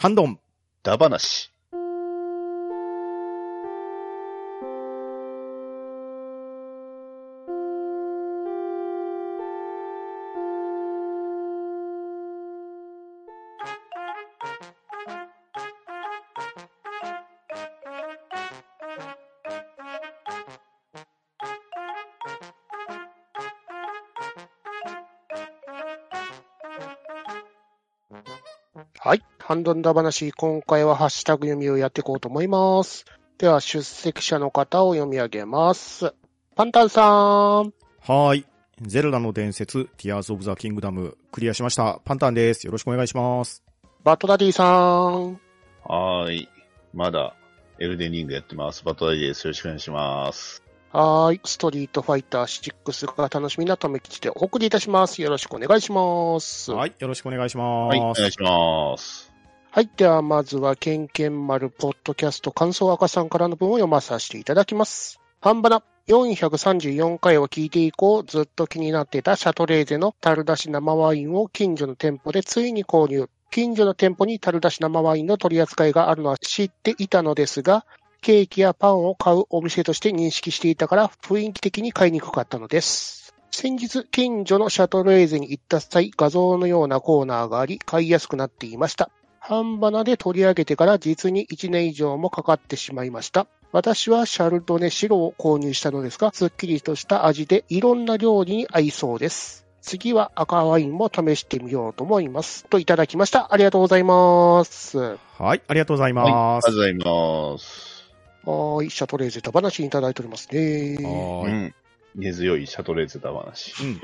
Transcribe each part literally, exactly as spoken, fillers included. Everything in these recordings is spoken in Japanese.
ハンドン。 ダバナシ。 はい。ハンドンダ話、今回はハッシュタグ読みをやっていこうと思います。では、出席者の方を読み上げます。パンタンさん。 はーい。ゼルダの伝説、ティアーズ・オブ・ザ・キングダム、クリアしました。パンタンです。よろしくお願いします。 バットダディさん。 はーい。まだ、エルデンリングやってます。バットダディです。よろしくお願いします。 はーい。ストリートファイターシックスが楽しみなとめきちでお送りいたします。よろしくお願いします。 はい。よろしくお願いします。 はい。お願いします。 はい。では、まずは、ケンケン丸ポッドキャスト感想赤さんからの文を読まさせていただきます。ハンバナよんひゃくさんじゅうよんかいを聞いて以降、ずっと気になっていたシャトレーゼの樽出し生ワインを近所の店舗でついに購入。近所の店舗に樽出し生ワインの取り扱いがあるのは知っていたのですが、ケーキやパンを買うお店として認識していたから雰囲気的に買いにくかったのです。先日、近所のシャトレーゼに行った際、画像のようなコーナーがあり、買いやすくなっていました。半ばなで取り上げてから実にいちねん以上もかかってしまいました。私はシャルドネ白を購入したのですが、すっきりとした味でいろんな料理に合いそうです。次は赤ワインも試してみようと思います。といただきました。ありがとうございます。 はい。ありがとうございはい。あます。 りがとうございます。 はーい。シャトレーゼと話にいただいておりますね。 はーい。 うん。根強いシャトレーゼダバナシ。 うん。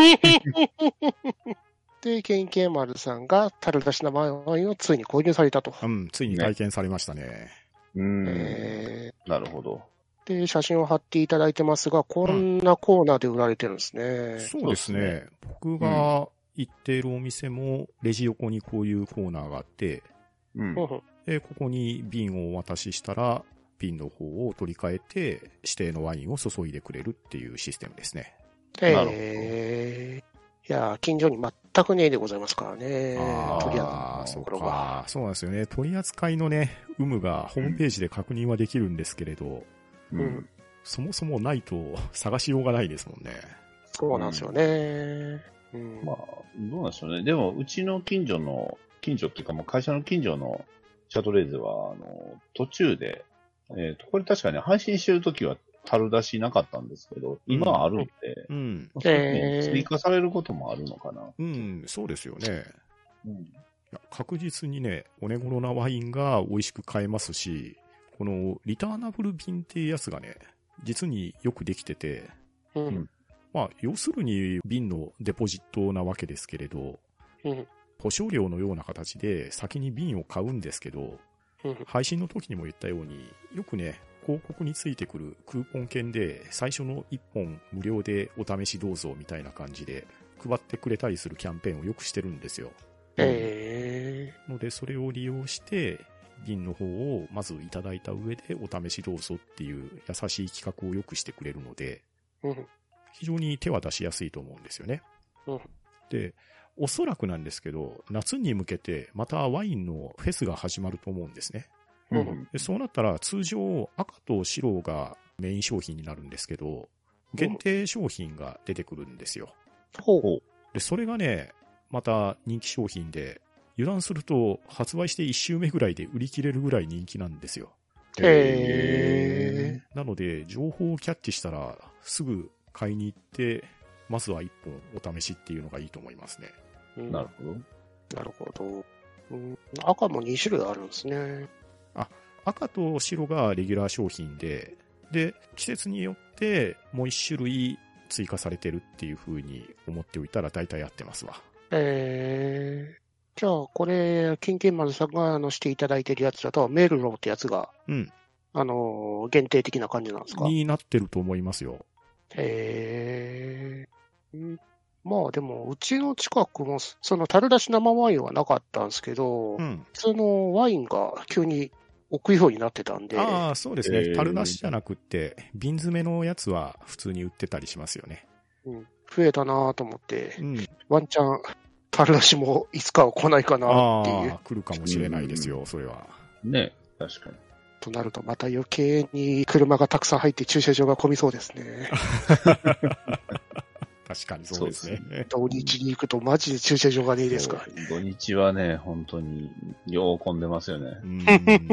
で、ケンケン丸さんが樽出し生ワインをついに購入されたと。 うん。ついに体験されましたね。 うーん。 えなるほど。 ー、で、写真を貼っていただいてますが、こんなコーナーで売られてるんですね。 そうですね。 そうですね僕が行っているお店も、レジ横にこういうコーナーがあって、 うん。 うんうん。 で、ここに瓶をお渡ししたら、瓶の方を取り替えて、指定のワインを注いでくれるっていうシステムですね。 なるほどえー、いや、近所に全くねえでございますからね。取りああ、そう扱いのところが。 か。そうなんですよね。取り扱いのね、有無がホームページで確認はできるんですけれど、 ううんん。 そもそもないと探しようがないですもんね。 そうなんですよね。うん。 まあ、どうなんでしょうね。でも、うちの近所の、近所っていうか、もう会社の近所のシャトレーゼは、あの、途中で、えっ、と、これ確かに配信してるときは樽出しなかったんですけど、今はあるんで、 うん。 まあそういうえーふうに追加されることもあるのかな。 うん、そうですよね。 うん。 いや確実にね、お手頃なワインが美味しく買えますし、このリターナブル瓶っていうやつがね、実によくできてて、 うん。 うんまあ、要するに瓶のデポジットなわけですけれど、 うん。 保証料のような形で先に瓶を買うんですけど、 うん。 配信の時にも言ったように、よくね、広告についてくるクーポン券で最初のいっぽん無料でお試しどうぞみたいな感じで配ってくれたりするキャンペーンをよくしてるんですよ。 えので、それを利用して、瓶の方をまずいただいた上でお試しどうぞっていう優しい企画をよくしてくれるので、 ー。うん。 非常に手は出しやすいと思うんですよね。 うん。 で、おそらくなんですけど、夏に向けてまたワインのフェスが始まると思うんですね。 ううんん。 でそうなったら通常赤と白がメイン商品になるんですけど、限定商品が出てくるんですよ。 ほう。 ほう。 で、それがね、また人気商品で、油断すると発売していち週目ぐらいで売り切れるぐらい人気なんですよ。 へなので、情報をキャッチしたらすぐ買いに行って、まずはいっぽんお試しっていうのがいいと思いますね。 ー。 なるほど。 なるほど。うん、赤もに種類あるんですね。 赤と白がレギュラー商品で、で、季節によってもういち種類追加されてるっていう風に思っておいたら大体合ってますわ。 えー。じゃあ、これ、ケンケン丸さんがあのしていただいてるやつだと、メルローってやつが、 うん。 あのー、限定的な感じなんですか？ になってると思いますよ。 へー。うん、まあでも、うちの近くも、その樽出し生ワインはなかったんですけど、 うん。 普通のワインが急に置くようになってたんで、 ああ、そうですね。 えー樽出しじゃなくって、瓶詰めのやつは普通に売ってたりしますよね。 うん、増えたなと思ってう、ん。 ワンチャン樽出しもいつかは来ないかなっていう。 ああ、来るかもしれないですよ、それは。 ね、確かに。 となると、また余計に車がたくさん入って駐車場が混みそうですね。 確かにそうですね。 土日に行くとマジで駐車場がねえですからね。 土日はね、本当に、よう混んでますよね。 うん、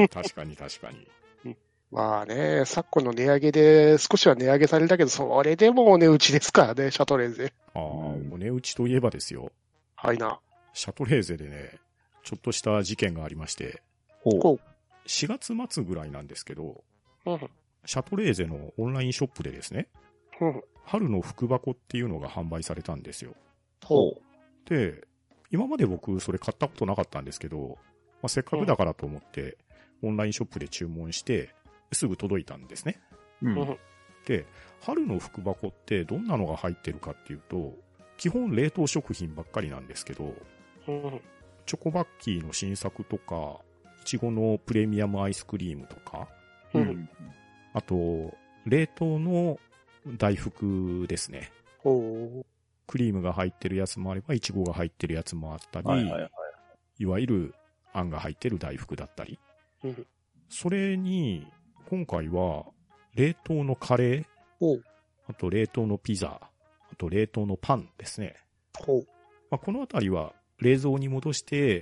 確かに確かに。 まあね、昨今の値上げで少しは値上げされたけど、それでもお値打ちですからね、シャトレーゼ。 ああ、お値打ちといえばですよ。 はいな。 シャトレーゼでね、ちょっとした事件がありまして、 ほう。 しがつ末ぐらいなんですけど、 うん、 シャトレーゼのオンラインショップでですね、 うん、 春の福箱っていうのが販売されたんですよ。 ほう。 で、今まで僕それ買ったことなかったんですけど、まあ、せっかくだからと思って、オンラインショップで注文して、すぐ届いたんですね。 うん、 で、春の福箱ってどんなのが入ってるかっていうと、基本冷凍食品ばっかりなんですけど、 うん、 チョコバッキーの新作とか、いちごのプレミアムアイスクリームとか、 うん、 あと、冷凍の大福ですね。 ほう。 クリームが入ってるやつもあれば、いちごが入ってるやつもあったり、 はいはいはい。 いわゆるあんが入ってる大福だったり。 うん、 それに、今回は、冷凍のカレー、 ほう。 あと冷凍のピザ、あと冷凍のパンですね。 ほう。 まあ、このあたりは、冷蔵に戻して、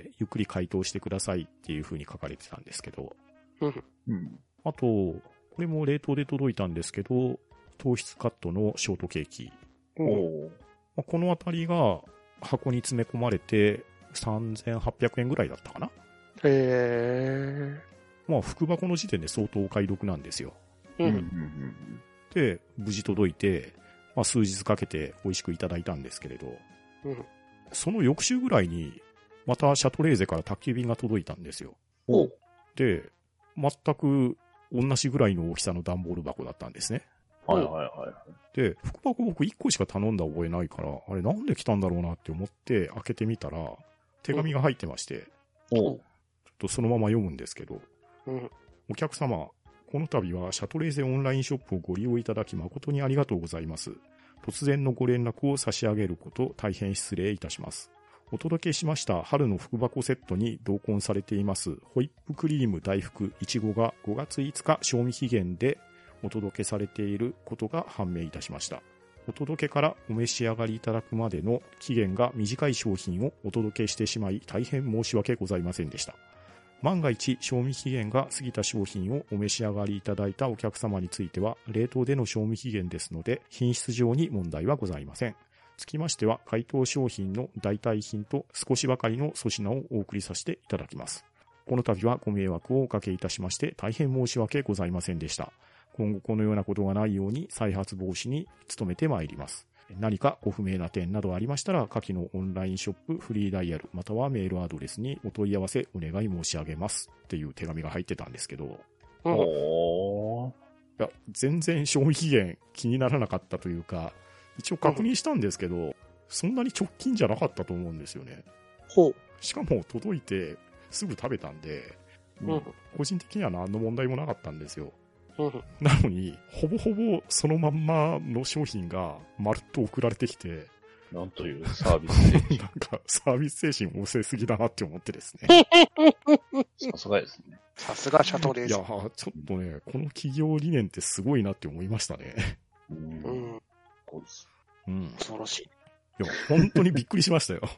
ゆっくり解凍してくださいっていう風に書かれてたんですけど。 うん、 うん。 あと、これも冷凍で届いたんですけど、糖質カットのショートケーキ。 うん、 おー。 まあ、このあたりが箱に詰め込まれてさんぜんはっぴゃくえんぐらいだったかな。 へー。まあ、福箱の時点で相当お買い得なんですよ。 ー。ううん、うん、 ん、 で、無事届いて、まあ、数日かけて美味しくいただいたんですけれど、 うん。 その翌週ぐらいに、またシャトレーゼから宅急便が届いたんですよ。 おー。 で、全く同じぐらいの大きさの段ボール箱だったんですね。 はいはいはい。 で、福箱僕いっこしか頼んだ覚えないから、あれなんで来たんだろうなって思って開けてみたら、手紙が入ってまして、 おー。 ちょっとそのまま読むんですけど、 うん、 お客様、この度はシャトレーゼオンラインショップをご利用いただき誠にありがとうございます。突然のご連絡を差し上げること大変失礼いたします。お届けしました春の福箱セットに同梱されていますホイップクリーム大福いちごがごがついつか賞味期限でお届けされていることが判明いたしました。お届けからお召し上がりいただくまでの期限が短い商品をお届けしてしまい大変申し訳ございませんでした。万が一賞味期限が過ぎた商品をお召し上がりいただいたお客様については冷凍での賞味期限ですので品質上に問題はございません。つきましては該当商品の代替品と少しばかりの粗品をお送りさせていただきます。この度はご迷惑をおかけいたしまして大変申し訳ございませんでした。今後このようなことがないように再発防止に努めてまいります。何かご不明な点などありましたら下記のオンラインショップフリーダイヤルまたはメールアドレスにお問い合わせお願い申し上げますっていう手紙が入ってたんですけど、 うん、 おー。 いや全然賞味期限気にならなかったというか、一応確認したんですけど、うん、そんなに直近じゃなかったと思うんですよね。 ほう。 しかも届いてすぐ食べたんで、 うん、 個人的には何の問題もなかったんですよ。 うん、 なのに、ほぼほぼそのまんまの商品がまるっと送られてきて、 なんというサービス精神。 なんかサービス精神旺盛すぎだなって思ってですね。 さすがですね。 さすがシャトレーゼ。 いや、ちょっとね、この企業理念ってすごいなって思いましたね。 う。 うんん。 そうです。 うん。 恐ろしい。 いや、本当にびっくりしましたよ。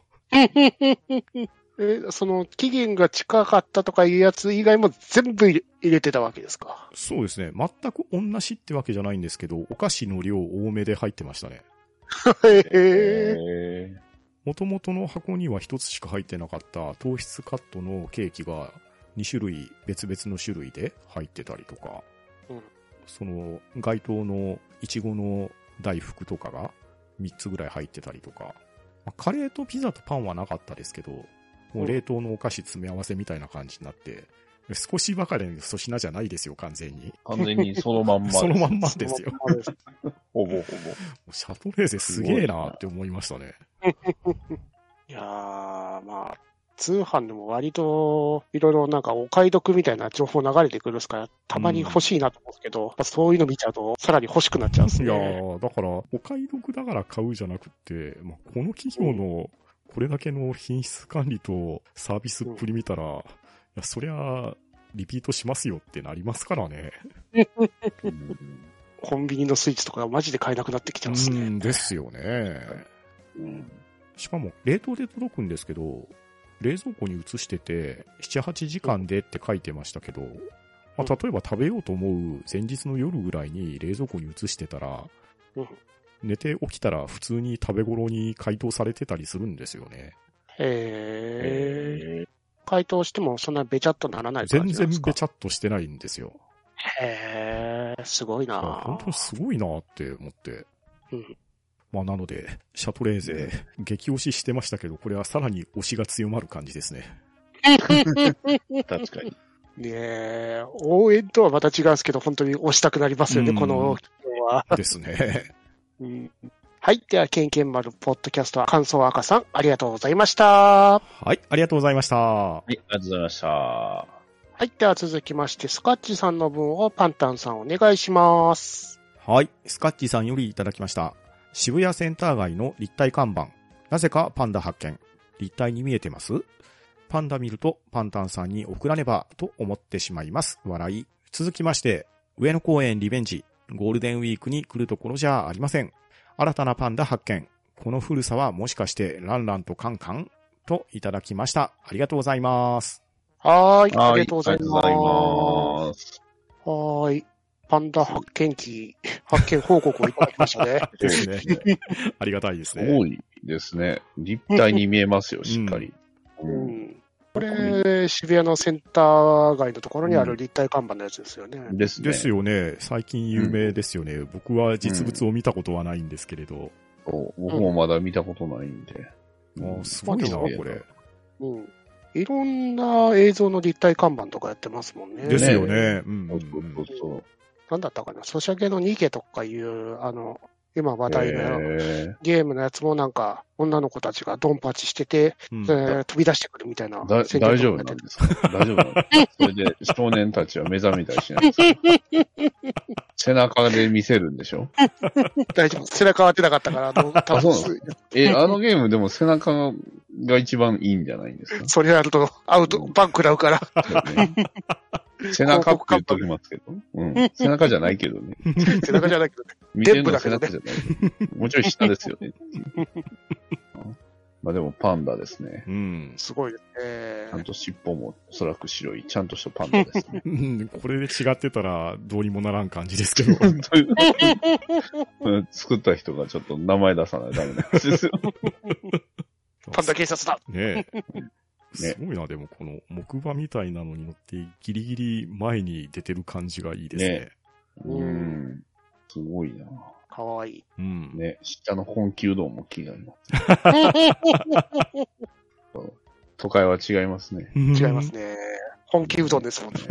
え、その、期限が近かったとかいうやつ以外も全部入れてたわけですか？ そうですね。全く同じってわけじゃないんですけど、お菓子の量多めで入ってましたね。 へへもともとの箱には一つしか入ってなかった糖質カットのケーキがに種類、別々の種類で入ってたりとか、 うん、 その該当のいちごの大福とかがみっつぐらい入ってたりとか、カレーとピザとパンはなかったですけど、もう冷凍のお菓子詰め合わせみたいな感じになって、少しばかりの粗品じゃないですよ、完全に。 完全にそのまんま。 そのまんまですよ。 ほぼほぼ。 シャトレーゼすげえなって思いましたね。 いやー、まあ、通販でも割といろいろなんかお買い得みたいな情報流れてくるんですから、たまに欲しいなと思うんですけど、うん、そういうの見ちゃうとさらに欲しくなっちゃうんですね。 いやー、だからお買い得だから買うじゃなくて、まあ、この企業のこれだけの品質管理とサービスっぷり見たら、うん、いや、そりゃ、リピートしますよってなりますからね。 コンビニのスイッチとかマジで買えなくなってきてますね。 うんですよね。うん、しかも、冷凍で届くんですけど、冷蔵庫に移してて、なな、はちじかんでって書いてましたけど、うんまあ、例えば食べようと思う前日の夜ぐらいに冷蔵庫に移してたら、うん、寝て起きたら普通に食べ頃に解凍されてたりするんですよね。 へー。解凍してもそんなべちゃっとならない感じなんですか？ 全然べちゃっとしてないんですよ。 へー、すごいな。 本当にすごいなって思って。うん、まあなので、シャトレーゼ、激推ししてましたけど、これはさらに推しが強まる感じですね。 確かに。 ねえ、応援とはまた違うんですけど、本当に推したくなりますよね、この人は。 ですね。 うん、はい。では、ケンケンマルポッドキャスト感想赤さん、ありがとうございました。 はい、ありがとうございました。 はい、ありがとうございました。 はい。では続きまして、スカッチさんの分をパンタンさんお願いします。 はい。スカッチさんよりいただきました。渋谷センター街の立体看板。なぜかパンダ発見。立体に見えてます？パンダ見るとパンタンさんに送らねばと思ってしまいます。笑い。続きまして、上野公園リベンジ。ゴールデンウィークに来るところじゃありません。新たなパンダ発見。この古さはもしかしてランランとカンカンといただきました。ありがとうございます。 はーい。ありがとうございます。 はーい。パンダ発見記、発見報告をいただきましたね。 ですね。ありがたいですね。 すごいですね。立体に見えますよ、しっかり。 うんうんこれ、渋谷のセンター街のところにある立体看板のやつですよね。 うん、ですね。 ですよね。最近有名ですよね。うん、僕は実物を見たことはないんですけれど。 うん、僕もまだ見たことないんで。 うん、あすごいな、これ。 うん。いろんな映像の立体看板とかやってますもんね。 ですよね。うん、 そうそうそう。 なんだったかな、ソシャゲのニゲとかいう、あの、今話題のゲームのやつもなんか、女の子たちがドンパチしてて、うんえー、飛び出してくるみたいな。 大丈夫なんですか？大丈夫なんですか？それで少年たちは目覚めたりしないんですか？背中で見せるんでしょ？ 大丈夫。背中は出なかったから、あの、 あ、そうなんですか？え、あのゲームでも背中が一番いいんじゃないんですか？ それやると、アウト、バン食らうから。 背中って言っときますけど。うん。背中じゃないけどね。 背中じゃないけどね。 見てるのは背中じゃない。もうちょい下ですよね。まあでもパンダですね。 うん。 すごいですね。 ちゃんと尻尾もおそらく白い、ちゃんとしたパンダですね。 これで違ってたらどうにもならん感じですけど。 作った人がちょっと名前出さないとダメなんですよ。 パンダ警察だねえ。すごいな、でもこの木馬みたいなのに乗ってギリギリ前に出てる感じがいいですね。 ねうん。すごいな。 かわいい。 うん。 ね、下の本気うどんも気になります。都会は違いますね。 違いますね。本気うどんですもんね。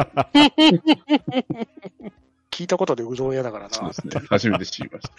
聞いたことでうどん屋だからな。 そうですね。初めて知りました。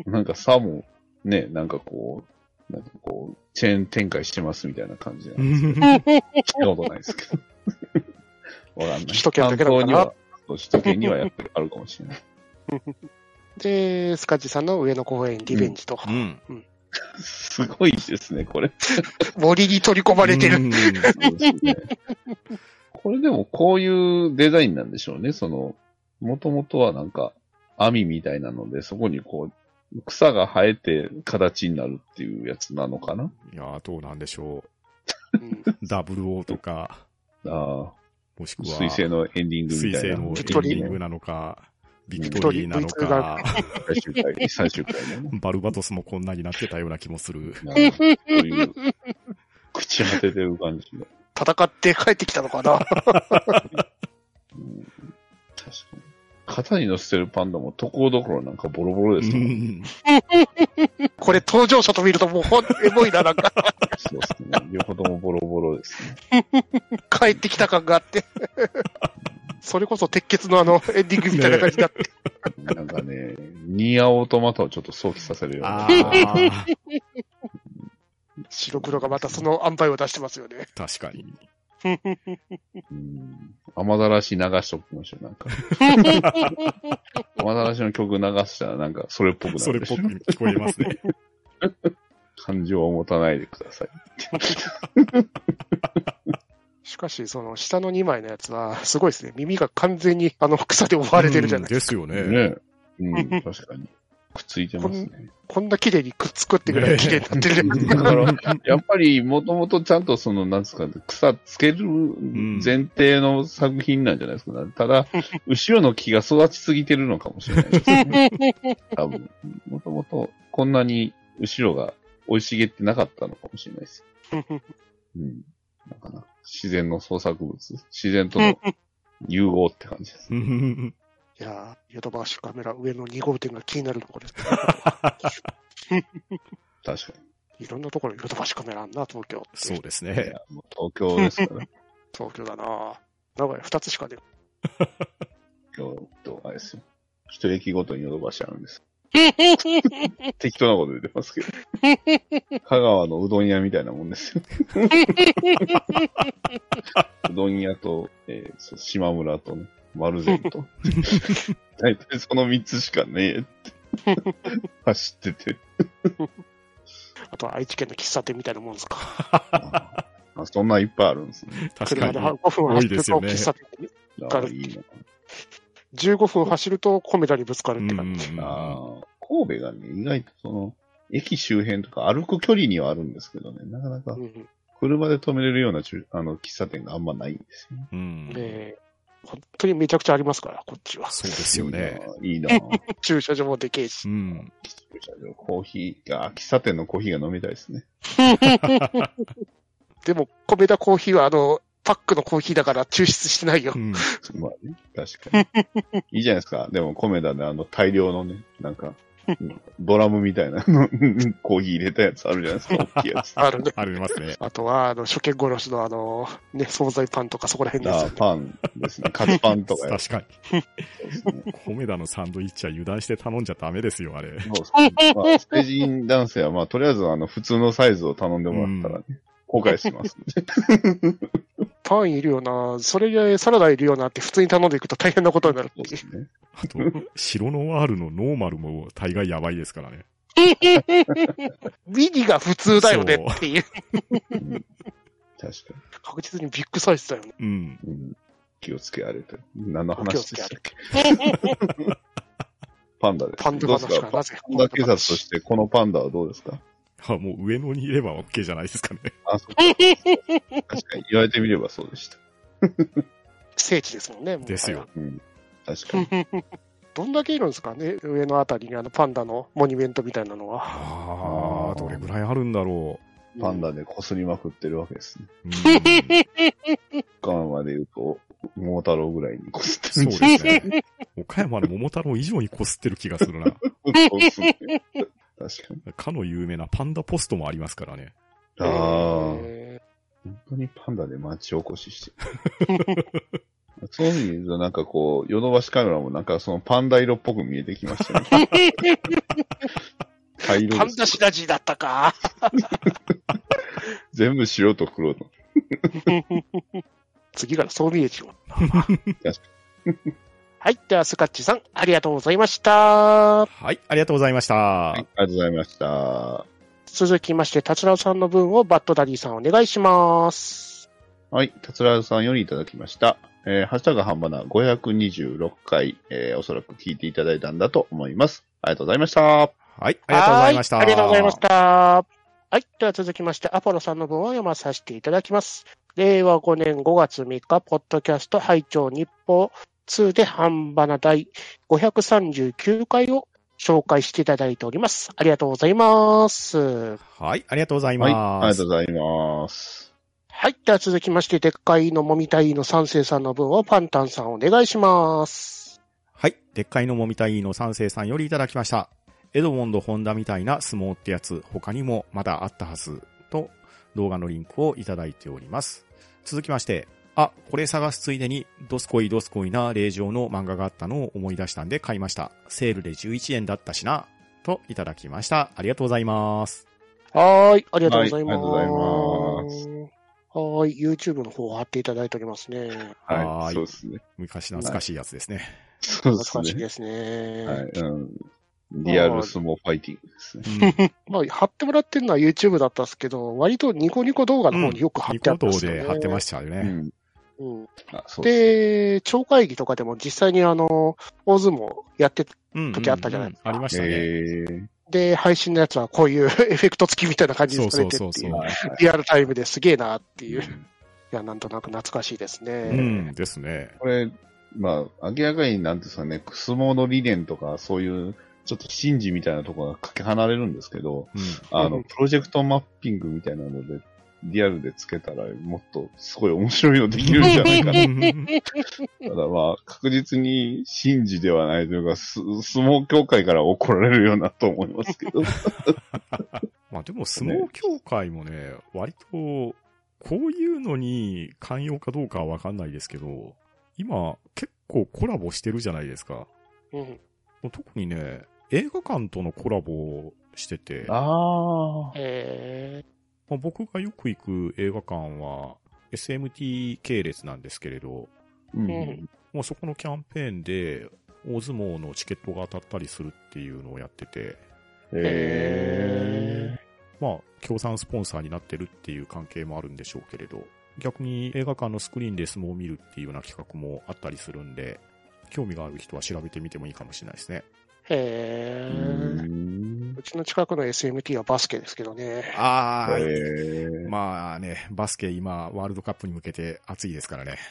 なんかさもね、なんかこう、なんかこう、チェーン展開してますみたいな感じなんですけど。聞いたことないですけど。わかんない。 首都圏だけだからな。首都圏にはやっぱりあるかもしれない。 で、スカッチさんの上野公園リベンジと。 うんうん、 すごいですね、これ。 森に取り込まれてる。 そうですね、これでもこういうデザインなんでしょうね。その、もともとはなんか網みたいなので、そこにこう、草が生えて形になるっていうやつなのかな？ いやー、どうなんでしょう。ダブルオーとか、 あもしくは、 水星のエンディングみたいな。 水星のエンディングなのか、ビクトリーなのか、 最終回、最終回ね。 バルバトスもこんなになってたような気もする。 そういう、口当ててる感じの。 戦って帰ってきたのかな、うん、確かに。肩に乗せてるパンダもところどころなんかボロボロですね。 これ登場者と見るともうほんとエモいな、なんか。 そうですね。両方ともボロボロですね。 帰ってきた感があって。それこそ鉄血のあのエンディングみたいな感じになって。 ね、なんかね、ニアオートマタをちょっと想起させるような。 白黒がまたその塩梅を出してますよね。 確かに。 うん、雨だらし流しときましょう、なんか。雨だらしの曲流したらなんかそれっぽくなる。 それっぽく聞こえますね。 感情を持たないでください。 しかし、その下のにまいのやつは、すごいですね。耳が完全にあの草で覆われてるじゃないですか。 うんですよね。 ね。うん、確かに。くっついてますね。 こんな綺麗にくっつくってぐらい綺麗になってるじゃないですか。 だから、やっぱり、もともとちゃんとその、なんですか、草つける前提の作品なんじゃないですか、ね。ただ、後ろの木が育ちすぎてるのかもしれないですね。多分、もともとこんなに後ろが生い茂ってなかったのかもしれないです。うん。なんかな、自然の創作物、自然との融合って感じです。 いやー、ヨドバシカメラ上のに号店が気になるところです。 確かに。いろんなところにヨドバシカメラあんな、東京。 そうですね。 もう東京ですから。 東京だな名古屋ふたつしかね今日と、あれですよ。一駅ごとにヨドバシあるんです。適当なこと言ってますけど。香川のうどん屋みたいなもんですよ。うどん屋と、えー、島村とね。丸善と。大体そのみっつしかねえって。走ってて。 あとは愛知県の喫茶店みたいなもんですか。 あそんないっぱいあるんですね。 確かに。 車でごふん走ると喫茶店にぶつかる。じゅうごふん走るとコメダにぶつかるって感じ。 ああ、神戸がね、意外とその、駅周辺とか歩く距離にはあるんですけどね、なかなか車で止めれるようなあの喫茶店があんまないんですよね。 うん、 えー本当にめちゃくちゃありますから、こっちは。 そうですよね。 いいな。 駐車場もでけえし。 うん。 駐車場、コーヒー、あ、喫茶店のコーヒーが飲みたいですね。 でも、米田コーヒーはあの、パックのコーヒーだから抽出してないよ。 うん、 まあね、確かに。いいじゃないですか。でも、米田であの大量のね、なんか、ドラムみたいなコーヒー入れたやつあるじゃないですか、大きいやつ。 あるね。 ありますね。 あとは、あの、初見殺しのあの、ね、惣菜パンとかそこら辺ですよ、ね。 あ、パンですね。カツパンとか。 確かに。米田のサンドイッチは油断して頼んじゃダメですよ、あれ。 そうですね。まあ、スペジン男性は、まあ、とりあえずあの、普通のサイズを頼んでもらったらね、うん、後悔しますね。 パンいるよな、それでサラダいるよなって普通に頼んでいくと大変なことになるっていう。そうですね。 あと、白ノワールのノーマルも大概やばいですからね。 ミニが普通だよねっていう。 うん、確かに。 確実にビッグサイズだよね。 うん。 うん、気をつけられて。何の話でしたっけパンダです。 パンダ話かなぜパンダ警察としてこのパンダはどうですか？ あ、もう上野にいれば OK じゃないですかね。 あ、そうか。確かに言われてみればそうでした。 聖地ですもんね。 ですよ。 うん、確かに。 どんだけいるんですかね、上のあたりにあのパンダのモニュメントみたいなのは。 ああ、どれぐらいあるんだろう。パンダで擦りまくってるわけですね。 うん。 岡山で言うと、桃太郎ぐらいに擦ってる。そうですね。岡山の桃太郎以上に擦ってる気がするな。 そうですね。確かに。 かの有名なパンダポストもありますからね。 ああ。本当にパンダで町おこししてる。そういう意味で言うと、なんかこう、ヨドバシカメラもなんかそのパンダ色っぽく見えてきましたね。 パンダシナジーだったか。 全部白と黒の。 次からそう見えちゃう。はい。では、スカッチさん、ありがとうございました。 はい。ありがとうございました。はい。 ありがとうございました。 続きまして、達郎さんの分をバッドダディさんお願いします。 はい。達郎さんよりいただきました。えー、ハッシュタグ半ばなごひゃくにじゅうろっかい、えー、おそらく聞いていただいたんだと思います。ありがとうございました。はい。 ありがとうございました。 ありがとうございました。はい。では続きまして、アポロさんの分を読まさせていただきます。れいわごねんごがつみっか、ポッドキャスト拝聴日報にで半ばな第ごひゃくさんじゅうきゅうかいを紹介していただいております。ありがとうございます。 はい。ありがとうございます。 はい。ありがとうございます。 はい。では続きまして、でっかいのもみたいの三世さんの分をパンタンさんお願いします。 はい。でっかいのもみたいの三世さんよりいただきました。エドモンド・ホンダみたいな相撲ってやつ、他にもまだあったはずと動画のリンクをいただいております。続きまして、あ、これ探すついでにドスコイドスコイな令状の漫画があったのを思い出したんで買いました。セールでじゅういちえんだったしな、といただきました。ありがとうございます。 はーい。ありがとうございます。 はい、ありがとうございます。 はい。YouTube の方を貼っていただいておりますね。 はい。そうですね。 昔懐かしいやつですね。 そうですね。 懐かしいですね。 はい。うん。 リアル相撲ファイティングですね。 うん、 まあ、貼ってもらってるのは YouTube だったんですけど、割とニコニコ動画の方によく貼ってあったんですよね。 ニコ動で貼ってましたよね。 うんうん、 あそうですねで、町会議とかでも実際にあの、大相撲やってた時あったじゃないですか。 うんうんうん、ありましたね。 えーで、配信のやつはこういうエフェクト付きみたいな感じでされてっていう、 そうそうそうそうリアルタイムですげえなっていう。 うんいや、なんとなく懐かしいですね。 うんですね。 これ、まあ、明らかになんていうんですかね、相撲の理念とか、そういう、ちょっと神事みたいなところがかけ離れるんですけど、 うんあの、 うんプロジェクトマッピングみたいなので、リアルでつけたら、もっとすごい面白いのできるんじゃないかな。ただまあ、確実に神事ではないというか、す相撲協会から怒られるようなと思いますけど。 まあでも相撲協会もね、割と、こういうのに寛容かどうかはわかんないですけど、今結構コラボしてるじゃないですか。 うん特にね、映画館とのコラボをしてて、 ああ。 えまあ、僕がよく行く映画館は エスエムティー 系列なんですけれど、 ううんん。 もうそこのキャンペーンで大相撲のチケットが当たったりするっていうのをやってて、 へえ。 まあ、協賛スポンサーになってるっていう関係もあるんでしょうけれど、逆に映画館のスクリーンで相撲を見るっていうような企画もあったりするんで、興味がある人は調べてみてもいいかもしれないですね。 ー、へうー。 んうちの近くの エスエムティー はバスケですけどね。 ああ、 へえ。 まあね、バスケ今、ワールドカップに向けて熱いですからね。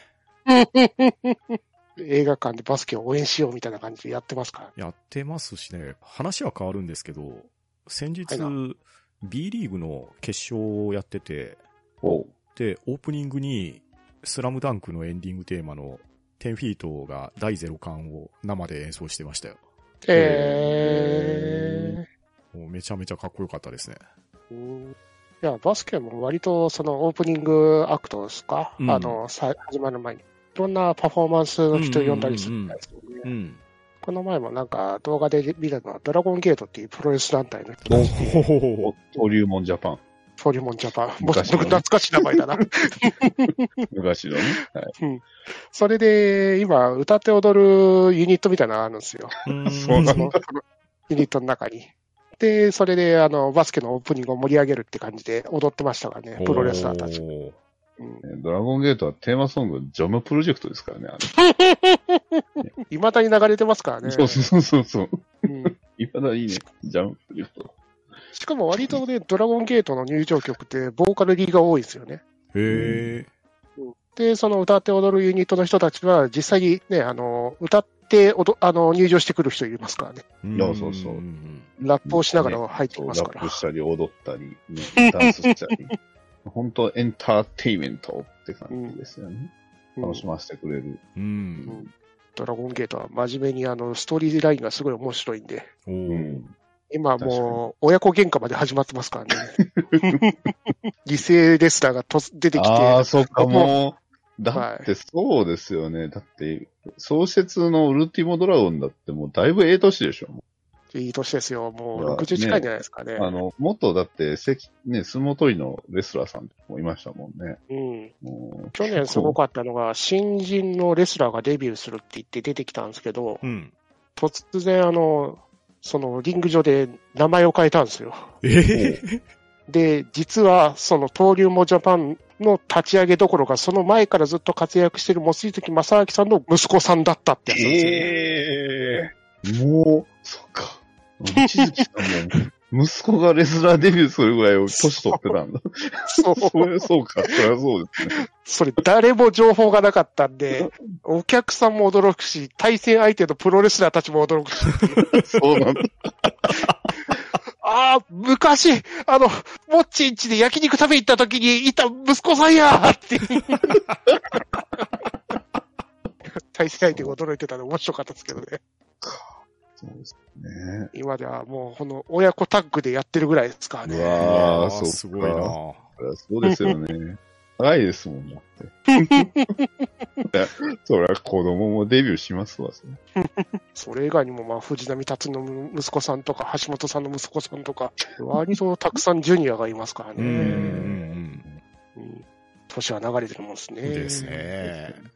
映画館でバスケを応援しようみたいな感じでやってますから。 やってますしね、話は変わるんですけど、先日、 は B リーグの決勝をやってて、 おうで、オープニングに、スラムダンクのエンディングテーマのじゅうフィートが第ゼロ感を生で演奏してましたよ。 えもうめちゃめちゃかっこよかったですね。 ー。うんいや、バスケも割とそのオープニングアクトですか、 うんあの、さ始まる前に。いろんなパフォーマンスの人呼んだりするんですよね。 うん。 この前もなんか動画で見たのはドラゴンゲートっていうプロレス団体の人おたちで、 ほお登竜門ジャパン。 フォリモンジャパン。もう昔のね懐かしい名前だな。 昔のね。はい。 それで、今、歌って踊るユニットみたいなのがあるんですよ。 そうなんだそのユニットの中に。で、それで、あの、バスケのオープニングを盛り上げるって感じで踊ってましたからね、プロレスラーたち。 おーうん、 ドラゴンゲートはテーマソング、ジョムプロジェクトですからね。あ未だに流れてますからね。 れそうそうそうそう。 うんいまだいいね。ジャムプロジェクト。 しかも割とね、ドラゴンゲートの入場曲ってボーカルリーが多いですよね。 へえ。 で、その歌って踊るユニットの人たちは実際にね、あの、歌っておどあの入場してくる人いますからね。 そうそうそうんんラップをしながら入ってきますから。 ラップしたり踊ったり、ねダンスしたり。本当エンターテイメントって感じですよね。 うん楽しませてくれる。 うん。うんドラゴンゲートは真面目にあのストーリーラインがすごい面白いんで、 おうーん。 今もう親子喧嘩まで始まってますからね。犠牲レスラーがと出てきて、 ああ、そっか、 ももう、だってそうですよね。だって、創設のウルティモドラゴンだってもうだいぶええ年でしょ。 いい年ですよ。もいうやろくじゅう近いんじゃないですかね。 あの、元だって、せきね、相撲取りのレスラーさんもいましたもんね。 うん。 もう去年すごかったのが、新人のレスラーがデビューするって言って出てきたんですけど、 うん。 突然あの、そのリング上で名前を変えたんですよ。 えー、 で、実はその登竜門ジャパンの立ち上げどころか、その前からずっと活躍している望月正明さんの息子さんだったってやつなんですよね。 ええー、もう、そっか。望月さんも、息子がレスラーデビューするぐらいを年取ってたんだ。 そう。 それそうか、そりゃそうですね。 それ誰も情報がなかったんで、お客さんも驚くし、対戦相手のプロレスラーたちも驚くし。 そうなんだ。 ああ、昔、あの、モッチンチで焼肉食べ行った時にいた息子さんやーって。対戦相手が驚いてたの面白かったですけどね。 そうですね。 今ではもう、この親子タッグでやってるぐらいですからうね。 わー、そうか。 すごいな。 そうですよね。長いですもん、だって。そりゃ子供もデビューしますわ、それ。 それ以外にも、まあ、藤波達の息子さんとか、橋本さんの息子さんとか、割とたくさんジュニアがいますからね。 うんうんうん年は流れてるもんですね。 うん。ですね。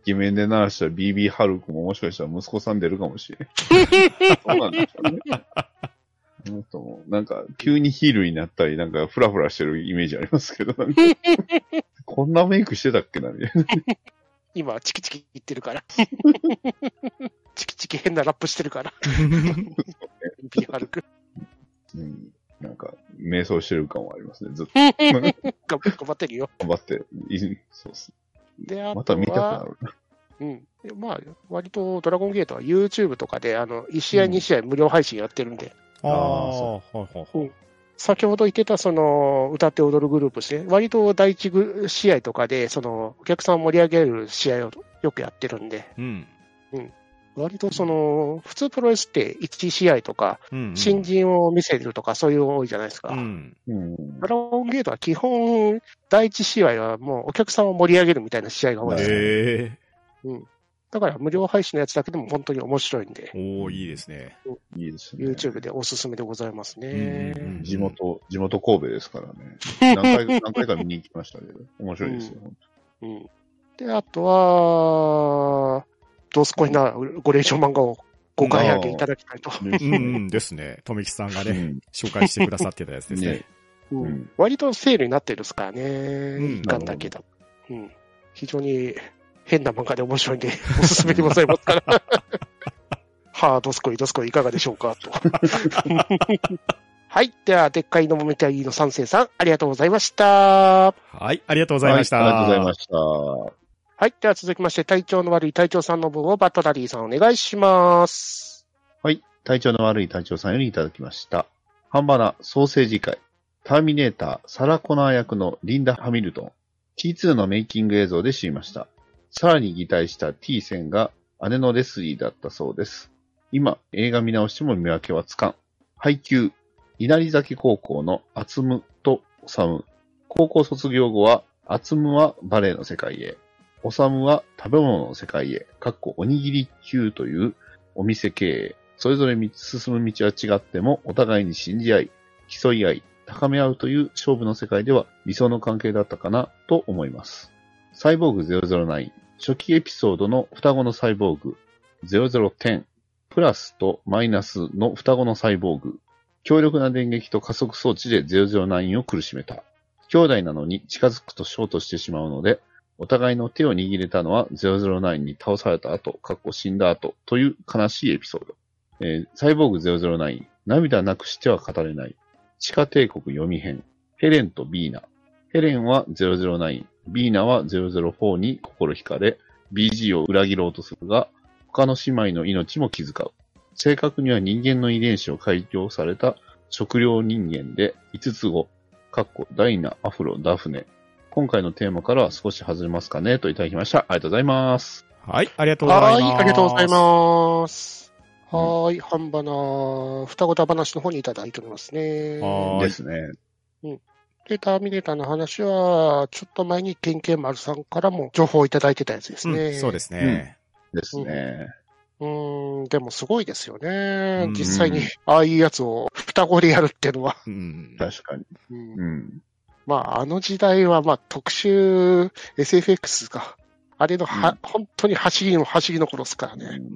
ケメンで鳴らしたら ビービー ハルクももしかしたら息子さん出るかもしれん。そうなんでしょうね。あの人もなんか、急にヒールになったり、なんか、フラフラしてるイメージありますけど、なんかこんなメイクしてたっけな、みたいな。 今、チキチキ言ってるから。チキチキ変なラップしてるから。ビーハルク。 うん。なんか、瞑想してる感はありますね、ずっと。 頑張ってるよ。 頑張って。いいそうっす。 で、あとは、 また見たくなるな。 うん。まあ、割とドラゴンゲートは YouTube とかで、あの、いち試合に試合無料配信やってるんで。 ああ、はいはいはい。 先ほど言ってた、その、歌って踊るグループですね。割と第一試合とかで、その、お客さんを盛り上げる試合をよくやってるんで。 うん。 うん。割とその、普通プロレスっていち試合とか、 うんうん、 新人を見せるとか、そういうの多いじゃないですか。うん。ドラゴンゲートは基本、第一試合はもうお客さんを盛り上げるみたいな試合が多いです、ね。 へー。うん。だから無料配信のやつだけでも本当に面白いんで。 おー、いいですね。 いいですね。 YouTube でおすすめでございますね。 うんうんうん、地元、地元神戸ですからね。何回、何回か見に行きましたけど、面白いですよ、 うん、うん。で、あとは、ドスコイなご連勝漫画をごかいあげいただきたいと。 うん、うんですね。とめきさんがね、うん、紹介してくださってたやつですね。ねうん、割とセールになってるですからね。一巻だけだ。うん。非常に変な漫画で面白いんで、おすすめでございますから。はあ、ドスコイ、ドスコイいかがでしょうかと。はい。では、でっかいのもめたいの三世さん、ありがとうございました。 はい、ありがとうございました。 はい、ありがとうございました。 はい。では続きまして、体調の悪い隊長さんの分をバトラリーさんお願いします。 はい。体調の悪い隊長さんよりいただきました。ハンバナソーセージ会。ターミネーター、サラ・コナー役のリンダ・ハミルトン。ティーツー のメイキング映像で知りました。さらに擬態した T 線が姉のレスリーだったそうです。今、映画見直しても見分けはつかん。配給。稲荷崎高校のアツムとオサム。高校卒業後は、アツムはバレエの世界へ。オサムは食べ物の世界へ。かっこおにぎり級というお店経営。それぞれ進む道は違っても、お互いに信じ合い、競い合い、高め合うという勝負の世界では理想の関係だったかなと思います。サイボーグゼロゼロナイン。初期エピソードの双子のサイボーグ。ゼロゼロテン。プラスとマイナスの双子のサイボーグ。強力な電撃と加速装置でゼロゼロナインを苦しめた。兄弟なのに近づくとショートしてしまうので、お互いの手を握れたのはゼロゼロナインに倒された後、かっこ死んだ後という悲しいエピソード。えー、サイボーグゼロゼロナイン。涙なくしては語れない。地下帝国読み編。ヘレンとビーナ。ヘレンはゼロゼロナイン。ビーナはゼロゼロフォーに心惹かれ、ビージー を裏切ろうとするが、他の姉妹の命も気遣う。正確には人間の遺伝子を改良された食料人間でいつつ子、かっこダイナ、アフロ、ダフネ。今回のテーマからは少し外れますかねといただきました。ありがとうございます。 はい、ありがとうございます。 はい、ありがとうございます。はーい、半ばな、双子だ話の方にいただいておりますね。 はーい。ですね。 うん。で、ターミネーターの話は、ちょっと前にケンケン丸さんからも情報をいただいてたやつですね。 うん、そうですね。 うん、ですね。 うーん、でもすごいですよね。実際に、ああいうやつを双子でやるっていうのは。 うん、確かに。うん。うん、 まあ、あの時代は、まあ、特殊 エスエフエックス が、あれのは、うん、本当に走りの走りの頃ですからね。 うん、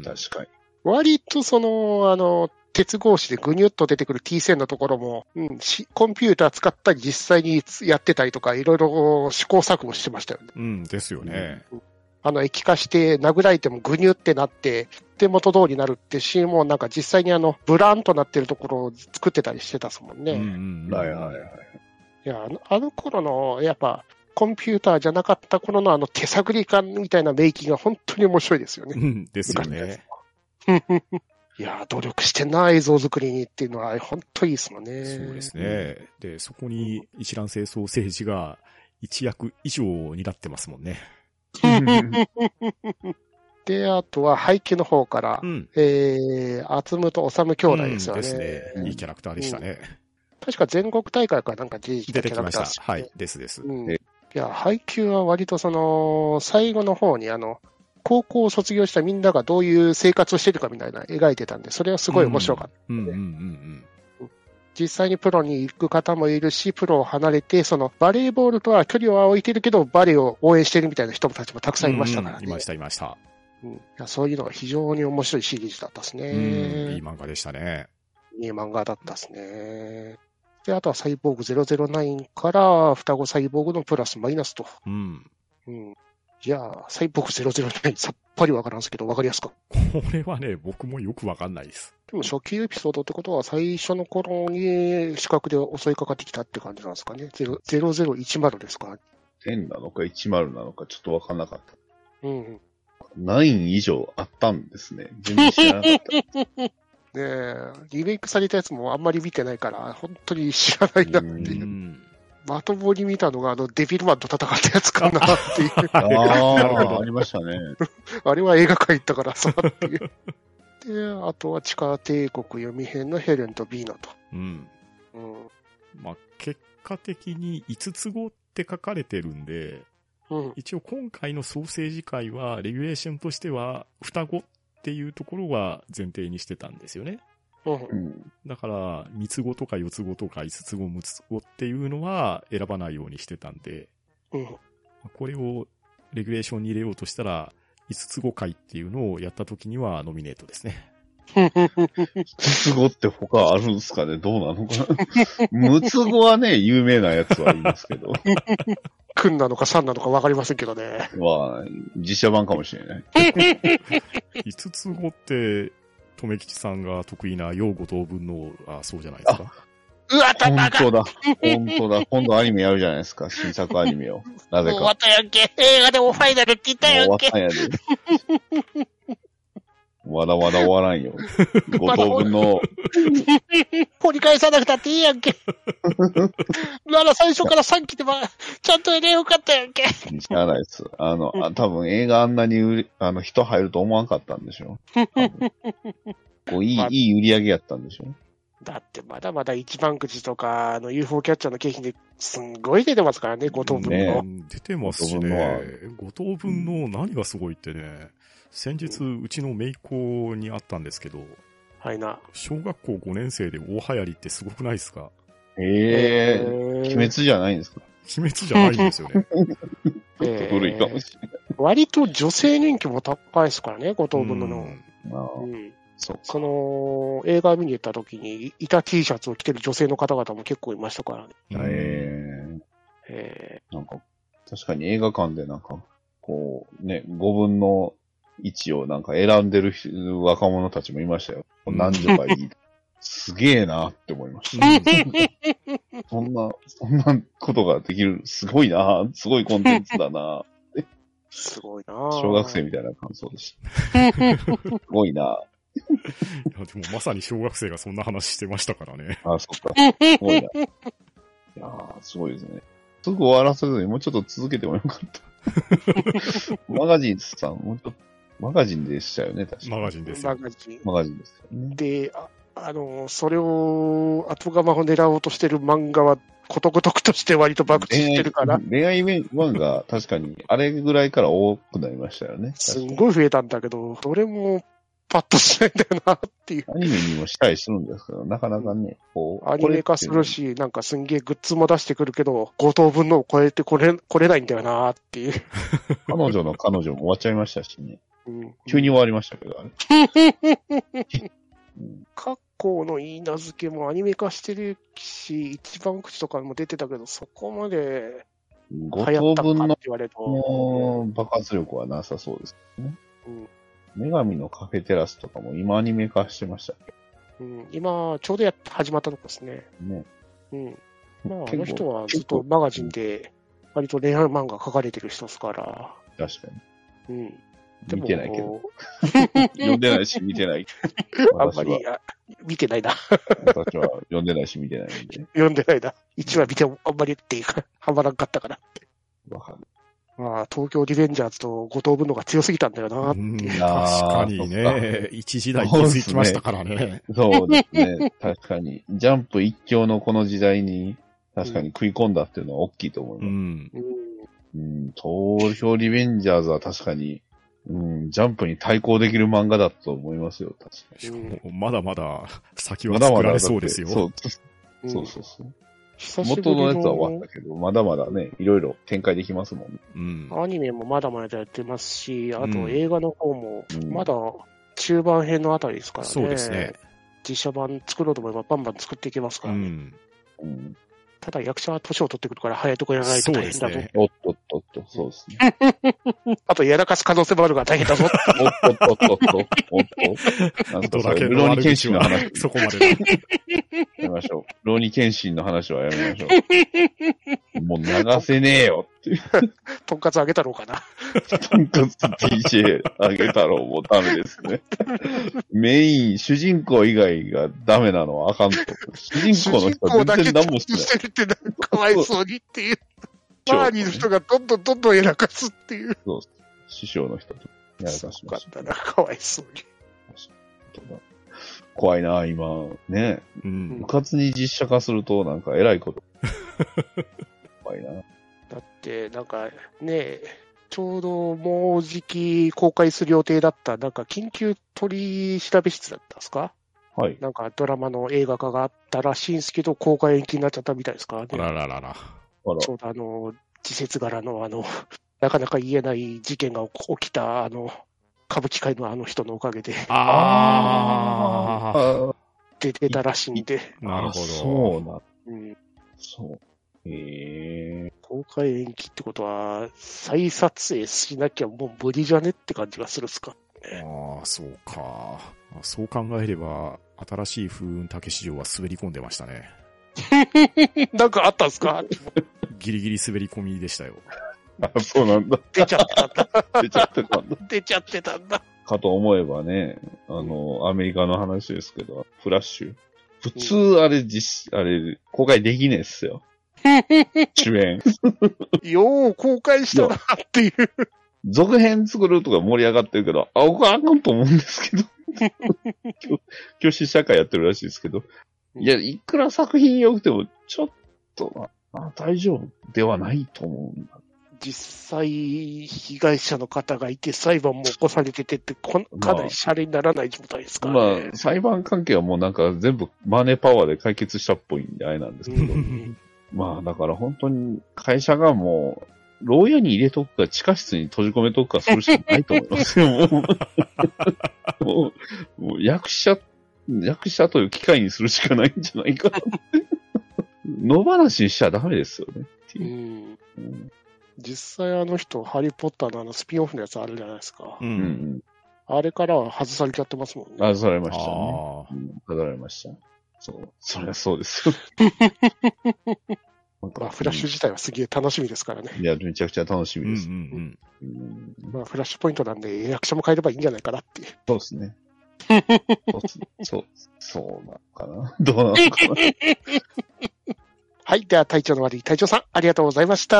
確かに。 割とその、あの、鉄格子でぐにゅっと出てくる T 線のところも、うん、コンピューター使ったり実際にやってたりとか、いろいろ試行錯誤してましたよね。 うん、ですよね。 うん、あの、液化して殴られてもぐにゅってなって、手元通りになるってシーンもなんか実際にあの、ブランとなってるところを作ってたりしてたっすもんね。 うんうん、はいはいはい。 いや、あの、あの頃の、やっぱ、コンピューターじゃなかった頃のあの手探り感みたいなメイキングが本当に面白いですよね。 うん、ですよね。 いや、努力してんな、映像作りにっていうのは、本当いいですもんね。 そうですね。で、そこに一卵性ソーセージが一役以上になってますもんね。 で、あとは背景の方から、うん、えー、アツムとオサム兄弟ですよね。 うん、ですね。いいキャラクターでしたね。うん、 確か全国大会からなんか出てきたキャラクター、ね、 出てきました。はい、ですです。 うん、いや、配給は割とその、最後の方にあの、高校を卒業したみんながどういう生活をしてるかみたいな描いてたんで、それはすごい面白かった、ね。うんうんうんうん、実実際にプロに行く方もいるし、プロを離れて、そのバレーボールとは距離は置いてるけど、バレーを応援してるみたいな人たちもたくさんいましたからね。 うん、いました、いました。 うん、いやそういうのが非常に面白いシリーズだったですね。 うん、いい漫画でしたね。 いい漫画だったですね。で、あとはサイボーグゼロゼロナインから双子サイボーグのプラスマイナスと。 うん。 うん。じゃあ、サイボーグゼロゼロナインさっぱりわからんすけど、わかりやすか？これはね、僕もよくわかんないです。 でも初期エピソードってことは最初の頃に視覚で襲いかかってきたって感じなんですかね。ゼロゼロいちまるですか？ じゅうなのかじゅうなのかちょっとわかんなかった。 うん。 ナイン以上あったんですね。全然知らなかった。 ねえ、リメイクされたやつもあんまり見てないから、本当に知らないなっていう。うまともに見たのが、あの、デビルマンと戦ったやつかなっていう。 ああ、ありましたね。 あれは映画館行ったからさ、っていう。で、あとは地下帝国読み編のヘレンとビーナと。 うん。うん。まあ、結果的にいつつごって書かれてるんで、うん、一応今回のソーセージ会は、レギュレーションとしては、双子っていうところは前提にしてたんですよね。 うん、 だから、三つ子とか四つ子とか五つ子、六つ子っていうのは選ばないようにしてたんで、 うん、 これをレギュレーションに入れようとしたら、五つ子会っていうのをやった時にはノミネートですね。 五つ子って他あるんですかね？どうなのかな？六つ子はね、有名なやつはいいんですけど。 君なのか三なのかわかりませんけどね。 まあ、実写版かもしれない。 五つ子って、とめきちさんが得意な用語同文の、あ、そうじゃないですか。 うわ、た本当だ。本当だ。今度アニメやるじゃないですか。新作アニメを。なぜか。 もう終わったやんけ。映画でもファイナルって言ったやんけ。 もう終わったんやで。まだまだ終わらんよ。ご等分の。 掘り返さなくたっていいやんけ。なら最初からさんきでも、ちゃんと入れよかったやんけ。 知らないです。あの、あ多分映画あんなに売り、あの、人入ると思わんかったんでしょ。こういい、ま、いい売り上げやったんでしょ。 だってまだまだ一番くじとか、あの ユーフォー キャッチャーの景品ですんごい出てますからね、ご等分の。 ね、出てますしね。ご等分の何がすごいってね、先日うちの姪っ子にあったんですけど、 はいな。 小学校ごねん生で大流行りってすごくないですか？ ええー、鬼滅じゃないんですか？ 鬼滅じゃないんですよね。 ちょっと古いかもしれない。 割と女性人気も高いですからね、ご等分の。うんうんそ, その映画見に行った時にいた T シャツを着てる女性の方々も結構いましたからね。 へーへーなんか確かに映画館でなんかこうねごぶんのいちをなんか選んでる若者たちもいましたよ。何女かいい。すげえなって思いました。そんなそんなことができるすごいな、すごいコンテンツだな。 すごいな。 小学生みたいな感想でした。すごいな。 いや、でもまさに小学生がそんな話してましたからね。 ああ、そっか。すごいな。いやー、すごいですね。すぐ終わらせずにもうちょっと続けてもよかった。マガジンさん、もうちょっと、マガジンでしたよね、確かに。 マガジンですよ。 マガジン。 マガジンですよね。 で、あ、あの、それを後釜を狙おうとしてる漫画は、ことごとくとして割と爆発してるから。 恋愛漫画、確かに、あれぐらいから多くなりましたよね。 すんごい増えたんだけど、どれも、パッとしないんだよなっていう。 アニメにもしたりするんですけど、なかなかね、こう。アニメ化するし、なんかすんげえグッズも出してくるけど、ご等分のを超えてこれ、来れないんだよなっていう。 彼女の彼女も終わっちゃいましたしね。 うん、 急に終わりましたけど、あれ。 うん、過去の言い名付けもアニメ化してるし、一番口とかも出てたけど、そこまでご等分の爆発力はなさそうですね。うん女神のカフェテラスとかも今アニメ化してましたっけ？ うん、今、ちょうどや始まったとこですね。 ね。 うん。まあ、あの人はずっとマガジンで、割と恋愛漫画書かれてる人ですから。 確かに。うん。 見てないけど。読んでないし見てない。 あんまり、見てないな。 私は読んでないし見てないんで。 読んでないな。いちわ見てもあんまりっていうか、はまらんかったから。 わかる。 まあ、東京リベンジャーズとご等分のが強すぎたんだよなっていう。 確かにね。一時代気づきましたからね。 そうですね。確かに。ジャンプ一強のこの時代に、確かに食い込んだっていうのは大きいと思います。うん。うん、東京リベンジャーズは確かに、うん、ジャンプに対抗できる漫画だと思いますよ、確かに。 まだまだ先は作られそうですよ。 まだまだそう。 そうそうそう。 久しぶりの元のやつは終わったけど、まだまだね、いろいろ展開できますもんね。 うん。 アニメもまだまだやってますし、あうんと映画の方もうんまだ中盤編のあたりですからね。 そうですね。 実写版作ろうと思えばバンバン作っていけますからね。 うん。 うん、 ただ役者は年を取ってくるから早いとこやらないと大変だと。 そうですねおっとっとっと、そうですね。 あとやらかす可能性もあるから大変だぞ。 おっとっとっとっと、おっと。なんかそれ、ローニケンシンの話。 そこまでだ。 やめましょう。ローニケンシンの話はやめましょう。もう流せねえよっていう。 とんかつあげたろうかな。 とんかつ ティージェー あげたらもうダメですね。メイン、主人公以外がダメなのはあかんと。主人公の人は全然何もしてない。 してるってなんかかわいそうにっていう。周りの人がどんどんどんどんやらかすっていう。 そう。師匠の人とやらかしました。 よかったな、かわいそうに。 怖いな、今。ね。 うん。 部活に実写化すると、なんか偉いこと。怖いな。 だって、なんかね、ちょうどもうじき公開する予定だった、なんか緊急取調べ室だったんですか？ はい。 なんかドラマの映画化があったらしいんですけど、公開延期になっちゃったみたいですからね。 あらららら。 ちょうどあの、時節柄のあの、なかなか言えない事件が起きた、あの、歌舞伎界のあの人のおかげで。 ああ。 出てたらしいんで。 なるほど。 そうな。 うん。 そう。へえ。 公開延期ってことは、再撮影しなきゃもう無理じゃねって感じがするっすか、ね。 ああ、そうか。そう考えれば、新しい風雲竹市場は滑り込んでましたね。 なんかあったんすか？ ギリギリ滑り込みでしたよ。 あ、そうなんだ。 出ちゃってたんだ。 出ちゃってたんだ。 出ちゃってたんだ。 かと思えばね、あの、アメリカの話ですけど、フラッシュ。普通、あれ、実、あれ、公開できねえっすよ。主演。 よう公開したなっていう。 続編作るとか盛り上がってるけど、あ、僕はあかんと思うんですけど。今日、今日試写会やってるらしいですけど。いや、いくら作品良くても、ちょっと、あ、大丈夫ではないと思うんだ。 実際、被害者の方がいて、裁判も起こされててって、こかなりシャレにならない状態ですからね。 まあ、裁判関係はもうなんか全部マネーパワーで解決したっぽいんであれなんですけど。まあ、だから本当に会社がもう、牢屋に入れとくか、地下室に閉じ込めとくか、するしかないと思いますよ。もう、もう、もう役者、役者という機会にするしかないんじゃないかなって。野放しにしちゃダメですよね。 うん、うん、実際あの人、ハリーポッターのあのスピンオフのやつあるじゃないですか。 うん、 あれからは外されちゃってますもんね。 外されましたね。うん、外されました。そう。そりゃそうですよ。 まあ、フラッシュ自体はすげえ楽しみですからね。 いや、めちゃくちゃ楽しみです。 うんうんうんうん、まあ、フラッシュポイントなんで、役者も変えればいいんじゃないかなっていう。 そうですね。そう、そうなのかな。どうなのかな。 はい。では、隊長の悪い隊長さん、ありがとうございました。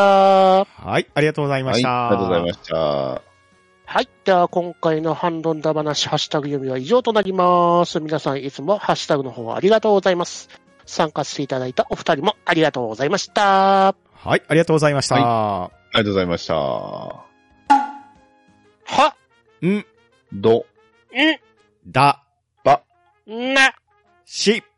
はい。ありがとうございました。 はい、ありがとうございました。 はい。では、今回のハンドンダ話、ハッシュタグ読みは以上となります。皆さん、いつもハッシュタグの方ありがとうございます。参加していただいたお二人もありがとうございました。 はい。ありがとうございました。はい、 ありがとうございました。は、 ん、 ど、 ん、 だ、 ば、な、 し、